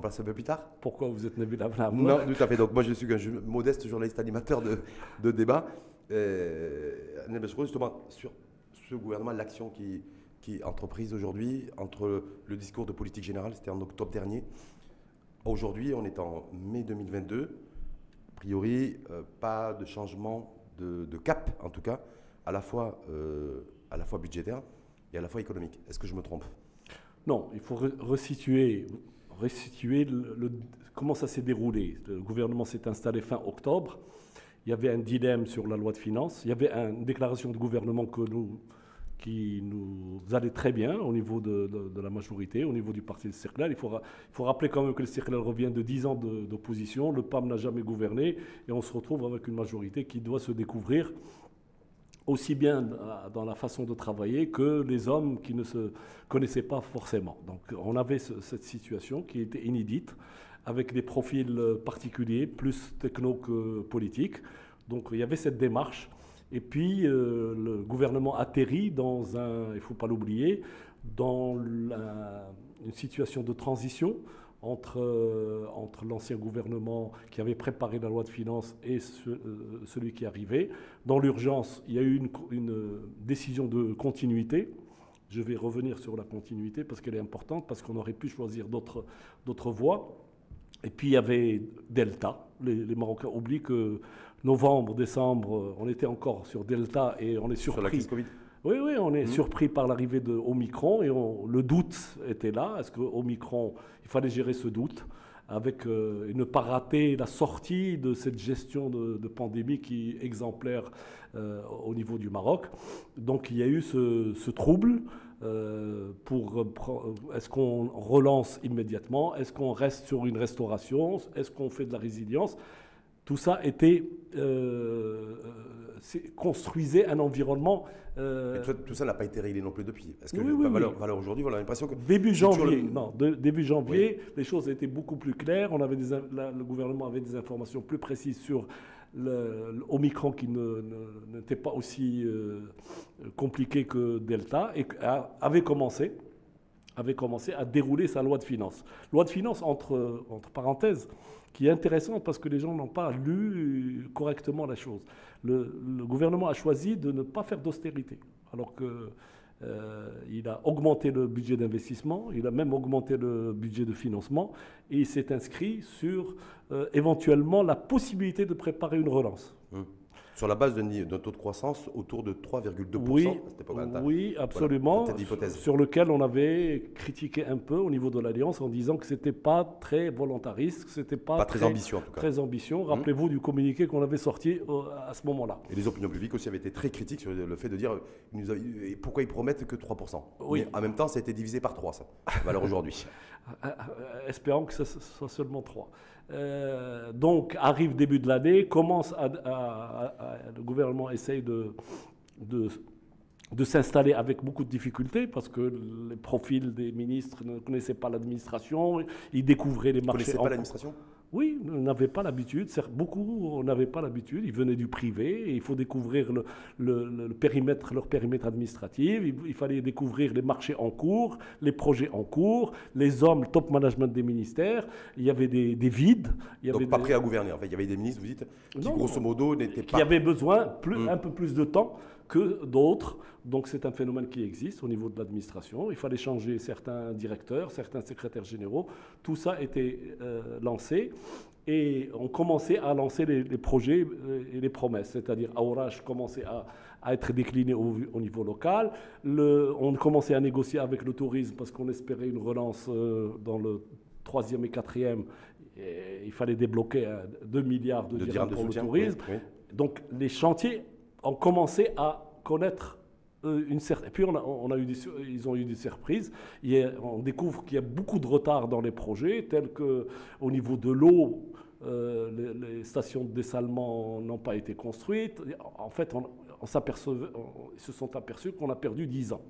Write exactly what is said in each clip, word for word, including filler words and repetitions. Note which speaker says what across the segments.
Speaker 1: passe un peu plus tard.
Speaker 2: Pourquoi vous êtes Nabil Abdel?
Speaker 1: Non, tout à fait. Donc moi, je suis un modeste journaliste animateur de, de débat. Euh, justement, sur ce gouvernement, l'action qui, qui est entreprise aujourd'hui, entre le discours de politique générale, c'était en octobre dernier. Aujourd'hui, on est en mai deux mille vingt-deux. A priori, euh, pas de changement de, de cap, en tout cas, à la fois, euh, à la fois budgétaire et à la fois économique. Est-ce que je me trompe?
Speaker 2: Non, il faut re resituer, resituer le, le, comment ça s'est déroulé. Le gouvernement s'est installé fin octobre. Il y avait un dilemme sur la loi de finances. Il y avait une déclaration de gouvernement que nous, qui nous allait très bien au niveau de, de, de la majorité, au niveau du parti de Istiqlal. Il faut, il faut rappeler quand même que le Istiqlal revient de dix ans d'opposition. Le P A M n'a jamais gouverné et on se retrouve avec une majorité qui doit se découvrir aussi bien dans la façon de travailler que les hommes qui ne se connaissaient pas forcément. Donc on avait ce, cette situation qui était inédite, avec des profils particuliers, plus techno que politiques. Donc il y avait cette démarche. Et puis euh, le gouvernement atterrit dans un, il ne faut pas l'oublier, dans la, une situation de transition entre, euh, entre l'ancien gouvernement qui avait préparé la loi de finances et ce, euh, celui qui arrivait. Dans l'urgence, il y a eu une, une décision de continuité. Je vais revenir sur la continuité parce qu'elle est importante, parce qu'on aurait pu choisir d'autres d'autres voies. Et puis il y avait Delta. Les, les Marocains oublient que novembre, décembre, on était encore sur Delta et on est surpris.
Speaker 1: Sur la crise Covid.
Speaker 2: Oui, oui, on est mmh. surpris par l'arrivée de Omicron et on, le doute était là. Est-ce que Omicron, il fallait gérer ce doute avec euh, et ne pas rater la sortie de cette gestion de, de pandémie qui est exemplaire euh, au niveau du Maroc. Donc il y a eu ce, ce trouble. Euh, pour, est-ce qu'on relance immédiatement? Est-ce qu'on reste sur une restauration? Est-ce qu'on fait de la résilience? Tout ça était, euh, construisait un environnement.
Speaker 1: Euh, tout, tout ça n'a pas été réglé non plus depuis. Est-ce que
Speaker 2: oui,
Speaker 1: le,
Speaker 2: oui,
Speaker 1: valeur,
Speaker 2: oui.
Speaker 1: valeur aujourd'hui, voilà l'impression que
Speaker 2: début janvier,
Speaker 1: le...
Speaker 2: non, de, début janvier, oui. les choses étaient beaucoup plus claires. On avait des, la, le gouvernement avait des informations plus précises sur l'Omicron qui n'était pas aussi euh, compliqué que Delta et a, avait commencé. avait commencé à dérouler sa loi de finances. Loi de finances, entre, entre parenthèses, qui est intéressante parce que les gens n'ont pas lu correctement la chose. Le, le gouvernement a choisi de ne pas faire d'austérité, alors que euh, il a augmenté le budget d'investissement, il a même augmenté le budget de financement, et il s'est inscrit sur euh, éventuellement la possibilité de préparer une relance.
Speaker 1: Hum. Sur la base d'un taux de croissance autour de trois virgule deux pour cent
Speaker 2: oui,
Speaker 1: à cette époque-là.
Speaker 2: Oui, absolument,
Speaker 1: voilà, sur,
Speaker 2: sur lequel on avait critiqué un peu au niveau de l'Alliance en disant que ce n'était pas très volontariste, que ce n'était pas,
Speaker 1: pas très, très ambitieux en tout cas.
Speaker 2: Très ambitieux. Rappelez-vous mmh. du communiqué qu'on avait sorti à ce moment-là.
Speaker 1: Et les opinions publiques aussi avaient été très critiques sur le fait de dire nous a, pourquoi ils promettent que trois pour cent. Oui. Mais en même temps, ça a été divisé par trois, ça, la valeur aujourd'hui.
Speaker 2: Espérons que ce soit seulement trois. Euh, donc, arrive début de l'année, commence à, à, à, le gouvernement essaye de, de, de s'installer avec beaucoup de difficultés parce que les profils des ministres ne connaissaient pas l'administration, ils découvraient les marchés.
Speaker 1: Vous ne connaissez pas l'administration ?
Speaker 2: Oui, on n'avait pas l'habitude. Beaucoup n'avaient pas l'habitude. Ils venaient du privé. Et il faut découvrir le, le, le périmètre, leur périmètre administratif. Il, il fallait découvrir les marchés en cours, les projets en cours, les hommes, le top management des ministères. Il y avait des, des vides. Il y
Speaker 1: Donc
Speaker 2: avait
Speaker 1: pas
Speaker 2: des...
Speaker 1: prêts à gouverner. En fait, il y avait des ministres, vous dites, qui non, grosso modo n'étaient pas...
Speaker 2: Qui avaient besoin plus, mmh. un peu plus de temps que d'autres. Donc c'est un phénomène qui existe au niveau de l'administration. Il fallait changer certains directeurs, certains secrétaires généraux. Tout ça était euh, lancé et on commençait à lancer les, les projets et les promesses. C'est-à-dire Aouraj commençait à, à être décliné au, au niveau local. Le, on commençait à négocier avec le tourisme parce qu'on espérait une relance euh, dans le troisième et quatrième. Et il fallait débloquer euh, deux milliards de, de dirhams pour le tourisme. Oui, oui. Donc les chantiers ont commencé à connaître une certaine... Et puis on a, on a eu des, ils ont eu des surprises. Il y a, on découvre qu'il y a beaucoup de retard dans les projets, tels qu'au niveau de l'eau, euh, les, les stations de dessalement n'ont pas été construites. En fait, on, on s'apercevait, on, ils se sont aperçus qu'on a perdu dix ans.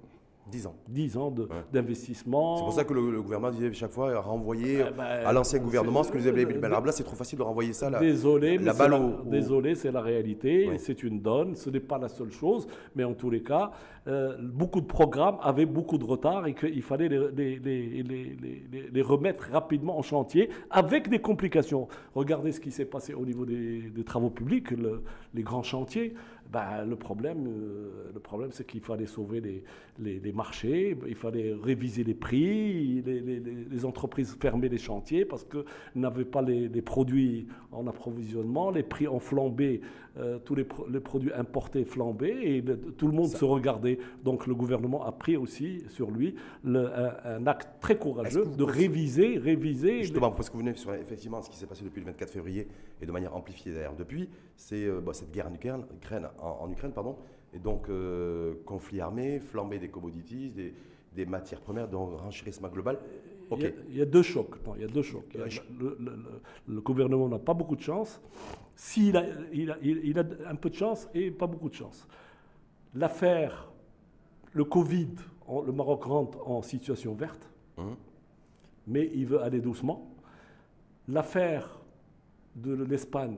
Speaker 1: dix ans.
Speaker 2: dix ans
Speaker 1: Ouais.
Speaker 2: d'investissement.
Speaker 1: C'est pour ça que le, le gouvernement disait chaque fois renvoyer
Speaker 2: Eh ben,
Speaker 1: à l'ancien gouvernement ce que nous avait
Speaker 2: c'est-
Speaker 1: Ben Arabla, c'est trop facile de renvoyer ça là.
Speaker 2: Désolé,
Speaker 1: la
Speaker 2: mais
Speaker 1: balle
Speaker 2: c'est
Speaker 1: au-
Speaker 2: la,
Speaker 1: au-
Speaker 2: désolé, c'est la réalité,
Speaker 1: Ouais.
Speaker 2: c'est une donne, ce n'est pas la seule chose, mais en tous les cas, euh, beaucoup de programmes avaient beaucoup de retard et qu'il fallait les, les- les- les- les- les- les remettre rapidement en chantier avec des complications. Regardez ce qui s'est passé au niveau des, des travaux publics, le- les grands chantiers. Ben, le problème, euh, le problème c'est qu'il fallait sauver les, les- les marchés, il fallait réviser les prix, les, les- les- les entreprises fermaient les chantiers parce qu'elles n'avaient pas les, les produits en approvisionnement, les prix ont flambé, euh, tous les, pro- les produits importés flambaient et le- tout le monde
Speaker 1: Ça-
Speaker 2: se regardait. Donc le gouvernement a pris aussi sur lui le- un, un acte très courageux
Speaker 1: Est-ce que vous
Speaker 2: de
Speaker 1: pensez-
Speaker 2: réviser, réviser.
Speaker 1: Justement, parce que vous venez sur effectivement ce qui s'est passé depuis le vingt-quatre février et de manière amplifiée d'ailleurs depuis, c'est euh, bah, cette guerre en Ukraine, Ukraine- en, en Ukraine, pardon, et donc euh, conflit armé, flambée des commodities, des, des matières premières, donc renchérissement global.
Speaker 2: Il y, a,
Speaker 1: Ok.
Speaker 2: il y a deux chocs. Non, il y a deux chocs. Il y a-
Speaker 1: Ouais, je-
Speaker 2: le, le- le- le gouvernement n'a pas beaucoup de chance. S'il a, il a, il- il a un peu de chance et pas beaucoup de chance. L'affaire, le Covid, en- le Maroc rentre en situation verte,
Speaker 1: Mhm.
Speaker 2: mais il veut aller doucement. L'affaire de l'Espagne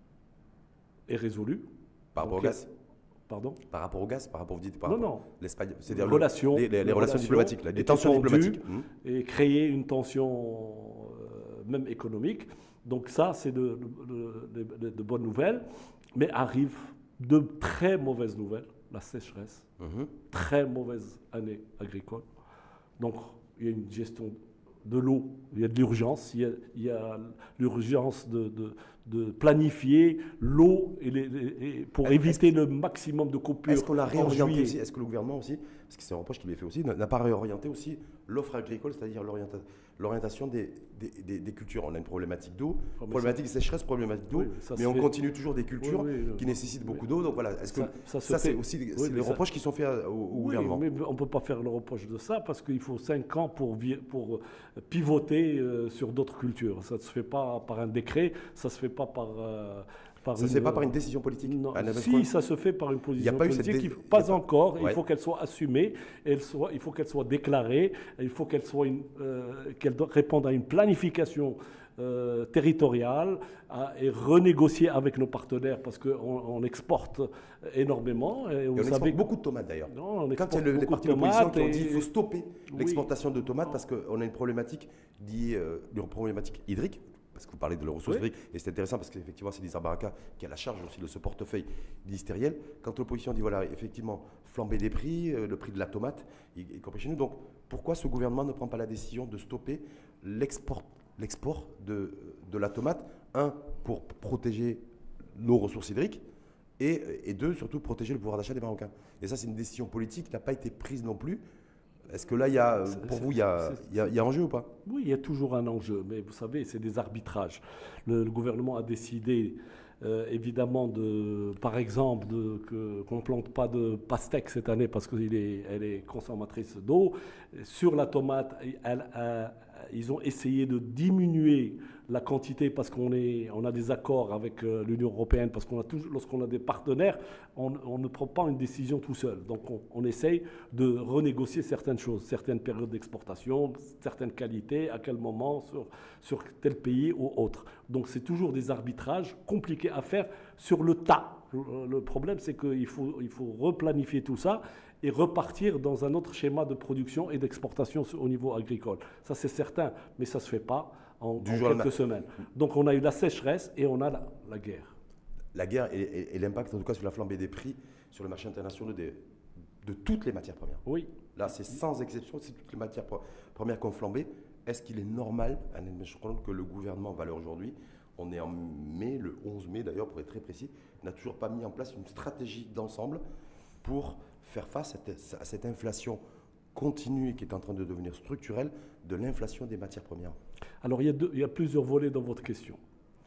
Speaker 2: est résolue.
Speaker 1: Par rapport au
Speaker 2: Donc,
Speaker 1: gaz.
Speaker 2: Pardon.
Speaker 1: Par rapport au gaz, par rapport, vous dites, par
Speaker 2: Non,
Speaker 1: rapport
Speaker 2: non.
Speaker 1: l'Espagne,
Speaker 2: Les
Speaker 1: c'est-à-dire le-
Speaker 2: relations,
Speaker 1: les, les- les
Speaker 2: les
Speaker 1: relations
Speaker 2: relations
Speaker 1: diplomatiques, là, les
Speaker 2: étaient
Speaker 1: tensions
Speaker 2: tendues
Speaker 1: diplomatiques. Mhm.
Speaker 2: et créer une tension euh, même économique. Donc ça, c'est de, de- de- de bonnes nouvelles. Mais arrivent de très mauvaises nouvelles. La sécheresse,
Speaker 1: Mhm.
Speaker 2: très mauvaise année agricole. Donc il y a une gestion de l'eau, il y a de l'urgence, il y a, il y a l'urgence de, de- de planifier l'eau et les- les- et pour
Speaker 1: Est-ce-
Speaker 2: éviter le maximum de coupures.
Speaker 1: Est-ce qu'on l'a
Speaker 2: en
Speaker 1: réorienté
Speaker 2: juillet.
Speaker 1: aussi? Est-ce que le gouvernement aussi, parce que c'est un reproche qui lui est fait aussi, n'a n'a pas réorienté aussi l'offre agricole, c'est-à-dire l'orienta- l'orientation des, des, des- des cultures? On a une problématique d'eau,
Speaker 2: Oh, mais
Speaker 1: problématique de sécheresse, problématique d'eau,
Speaker 2: Oui, mais ça
Speaker 1: mais
Speaker 2: se
Speaker 1: on
Speaker 2: fait-
Speaker 1: continue toujours des cultures
Speaker 2: Oui, oui,
Speaker 1: qui
Speaker 2: oui.
Speaker 1: nécessitent beaucoup
Speaker 2: Oui.
Speaker 1: d'eau. Donc voilà, est-ce que
Speaker 2: Ça- ça
Speaker 1: ça,
Speaker 2: se
Speaker 1: c'est
Speaker 2: fait.
Speaker 1: aussi
Speaker 2: Oui,
Speaker 1: c'est
Speaker 2: mais
Speaker 1: des
Speaker 2: ça-
Speaker 1: reproches qui sont faits au, au
Speaker 2: Oui,
Speaker 1: gouvernement?
Speaker 2: mais on ne peut pas faire le reproche de ça parce qu'il faut cinq ans pour, vi- pour euh, pivoter euh, sur d'autres cultures. Ça ne se fait pas par un décret, ça ne se fait pas par... euh, par
Speaker 1: Ça ne se fait pas par une décision politique?
Speaker 2: Non,
Speaker 1: Anne Abel
Speaker 2: si,
Speaker 1: Croix
Speaker 2: ça se fait par une position
Speaker 1: pas eu cette
Speaker 2: politique,
Speaker 1: dé-
Speaker 2: il faut-
Speaker 1: il y a
Speaker 2: pas
Speaker 1: pas-
Speaker 2: encore,
Speaker 1: Ouais.
Speaker 2: il faut qu'elle soit assumée, elle soit, il faut qu'elle soit déclarée, il faut qu'elle soit une, euh, qu'elle doit répondre à une planification euh, territoriale à- et renégocier avec nos partenaires parce qu'on on exporte énormément. Et, vous
Speaker 1: Et on
Speaker 2: savez
Speaker 1: exporte
Speaker 2: que-
Speaker 1: beaucoup de tomates d'ailleurs.
Speaker 2: Non, on
Speaker 1: Quand il y a
Speaker 2: exporte
Speaker 1: le- les
Speaker 2: beaucoup
Speaker 1: partis
Speaker 2: de
Speaker 1: d'opposition
Speaker 2: tomates
Speaker 1: qui ont dit
Speaker 2: et-
Speaker 1: qu'il faut stopper
Speaker 2: Oui.
Speaker 1: l'exportation de tomates parce qu'on a une problématique liée, euh, une problématique hydrique, parce que vous parlez de la ressource
Speaker 2: Oui.
Speaker 1: hydrique, et c'est intéressant parce qu'effectivement c'est Lisa Baraka qui a la charge aussi de ce portefeuille ministériel. Quand l'opposition dit voilà, effectivement, flamber des prix, euh, le prix de la tomate, y, y compris chez nous, donc pourquoi ce gouvernement ne prend pas la décision de stopper l'export, l'export de, de la tomate, un, pour protéger nos ressources hydriques, et, et deux, surtout protéger le pouvoir d'achat des Marocains. Et ça, c'est une décision politique qui n'a pas été prise non plus. Est-ce que là, il y a,
Speaker 2: C'est-
Speaker 1: pour
Speaker 2: c'est-
Speaker 1: vous, il y a,
Speaker 2: c'est-
Speaker 1: il y a- il y a enjeu ou pas?
Speaker 2: Oui, il y a toujours un enjeu, mais vous savez, c'est des arbitrages. Le, le gouvernement a décidé, euh, évidemment, de, par exemple, de, que, qu'on ne plante pas de pastèque cette année parce qu'elle est, elle est consommatrice d'eau. Sur la tomate, elle a- ils ont essayé de diminuer la quantité parce qu'on est, on a des accords avec euh, l'Union européenne, parce qu'on a toujours, lorsqu'on a des partenaires, on, on ne prend pas une décision tout seul. Donc on, on essaye de renégocier certaines choses, certaines périodes d'exportation, certaines qualités, à quel moment, sur, sur tel pays ou autre. Donc c'est toujours des arbitrages compliqués à faire sur le tas. Le, le problème, c'est qu'il faut, il faut replanifier tout ça et repartir dans un autre schéma de production et d'exportation au niveau agricole. Ça, c'est certain, mais ça ne se fait pas en,
Speaker 1: Du
Speaker 2: en
Speaker 1: jour au
Speaker 2: quelques
Speaker 1: lendemain.
Speaker 2: semaines. Donc, on a eu la sécheresse et on a la, la guerre.
Speaker 1: La guerre et, et- et l'impact, en tout cas, sur la flambée des prix sur le marché international des- de toutes les matières premières.
Speaker 2: Oui.
Speaker 1: Là, c'est sans exception, c'est toutes les matières pre- premières qui ont flambé. Est-ce qu'il est normal, Anne Benchikroun, que le gouvernement, valeur aujourd'hui, on est en mai, le onze mai d'ailleurs, pour être très précis, n'a toujours pas mis en place une stratégie d'ensemble pour faire face à cette, à cette inflation continue et qui est en train de devenir structurelle de l'inflation des matières premières?
Speaker 2: Alors, il y, a deux- il y a plusieurs volets dans votre question.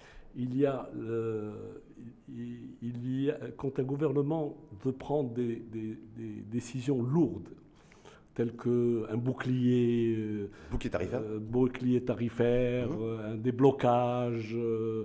Speaker 2: Il y a, euh, il, il y a quand un gouvernement veut prendre des, des- des décisions lourdes, tels qu'un bouclier, euh,
Speaker 1: Bouclier tarifaire.
Speaker 2: euh, bouclier tarifaire,
Speaker 1: Mmh.
Speaker 2: euh, un déblocage, euh,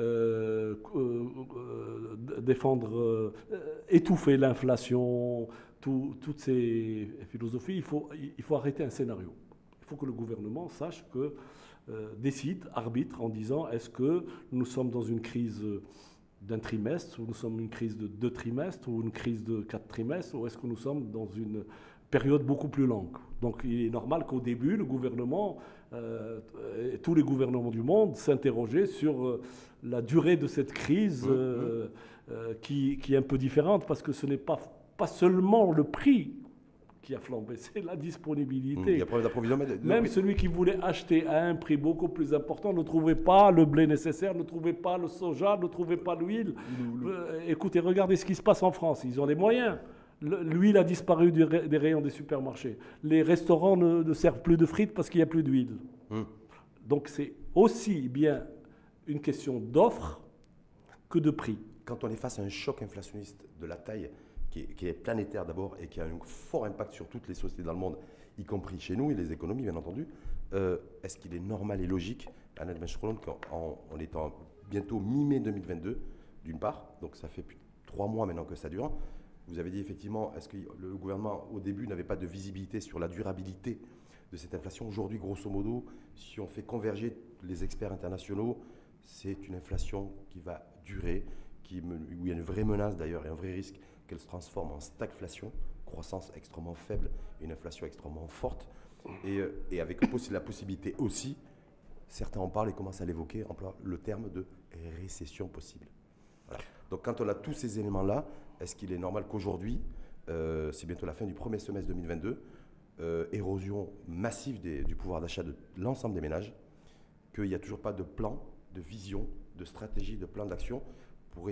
Speaker 2: euh, euh, euh, défendre, euh, étouffer l'inflation, tout- toutes ces philosophies. Il faut, il faut arrêter un scénario. Il faut que le gouvernement sache que euh, décide, arbitre en disant est-ce que nous sommes dans une crise d'un trimestre, ou nous sommes dans une crise de deux trimestres, ou une crise de quatre trimestres, ou est-ce que nous sommes dans une période beaucoup plus longue. Donc il est normal qu'au début, le gouvernement, euh, et tous les gouvernements du monde, s'interrogeaient sur euh, la durée de cette crise euh, euh, qui, qui est un peu différente, parce que ce n'est pas, pas seulement le prix qui a flambé, c'est la disponibilité.
Speaker 1: Il y a problème d'approvisionnement.
Speaker 2: Même celui qui voulait acheter à un prix beaucoup plus important ne trouvait pas le blé nécessaire, ne trouvait pas le soja, ne trouvait pas l'huile. Euh, écoutez, regardez ce qui se passe en France. Ils ont les moyens. Le- L'huile a disparu du ra- des rayons des supermarchés. Les restaurants ne, ne servent plus de frites parce qu'il n'y a plus d'huile.
Speaker 1: Hum.
Speaker 2: Donc c'est aussi bien une question d'offre que de prix.
Speaker 1: Quand on est face à un choc inflationniste de la taille qui est, qui est planétaire d'abord et qui a un fort impact sur toutes les sociétés dans le monde, y compris chez nous et les économies bien entendu, euh, est-ce qu'il est normal et logique, Annette Bench-Rolland, qu'en en étant bientôt mi-mai deux mille vingt-deux, d'une part, donc ça fait plus de trois mois maintenant que ça dure, vous avez dit effectivement, est-ce que le gouvernement au début n'avait pas de visibilité sur la durabilité de cette inflation? Aujourd'hui, grosso modo, si on fait converger les experts internationaux, c'est une inflation qui va durer, qui, où il y a une vraie menace d'ailleurs et un vrai risque qu'elle se transforme en stagflation, croissance extrêmement faible et une inflation extrêmement forte, et, et avec la possibilité aussi, certains en parlent et commencent à l'évoquer, emploient le terme de récession possible. Voilà. Donc quand on a tous ces éléments-là, est-ce qu'il est normal qu'aujourd'hui, euh, c'est bientôt la fin du premier semestre deux mille vingt-deux, euh, érosion massive des, du pouvoir d'achat de l'ensemble des ménages, qu'il n'y a toujours pas de plan, de vision, de stratégie, de plan d'action,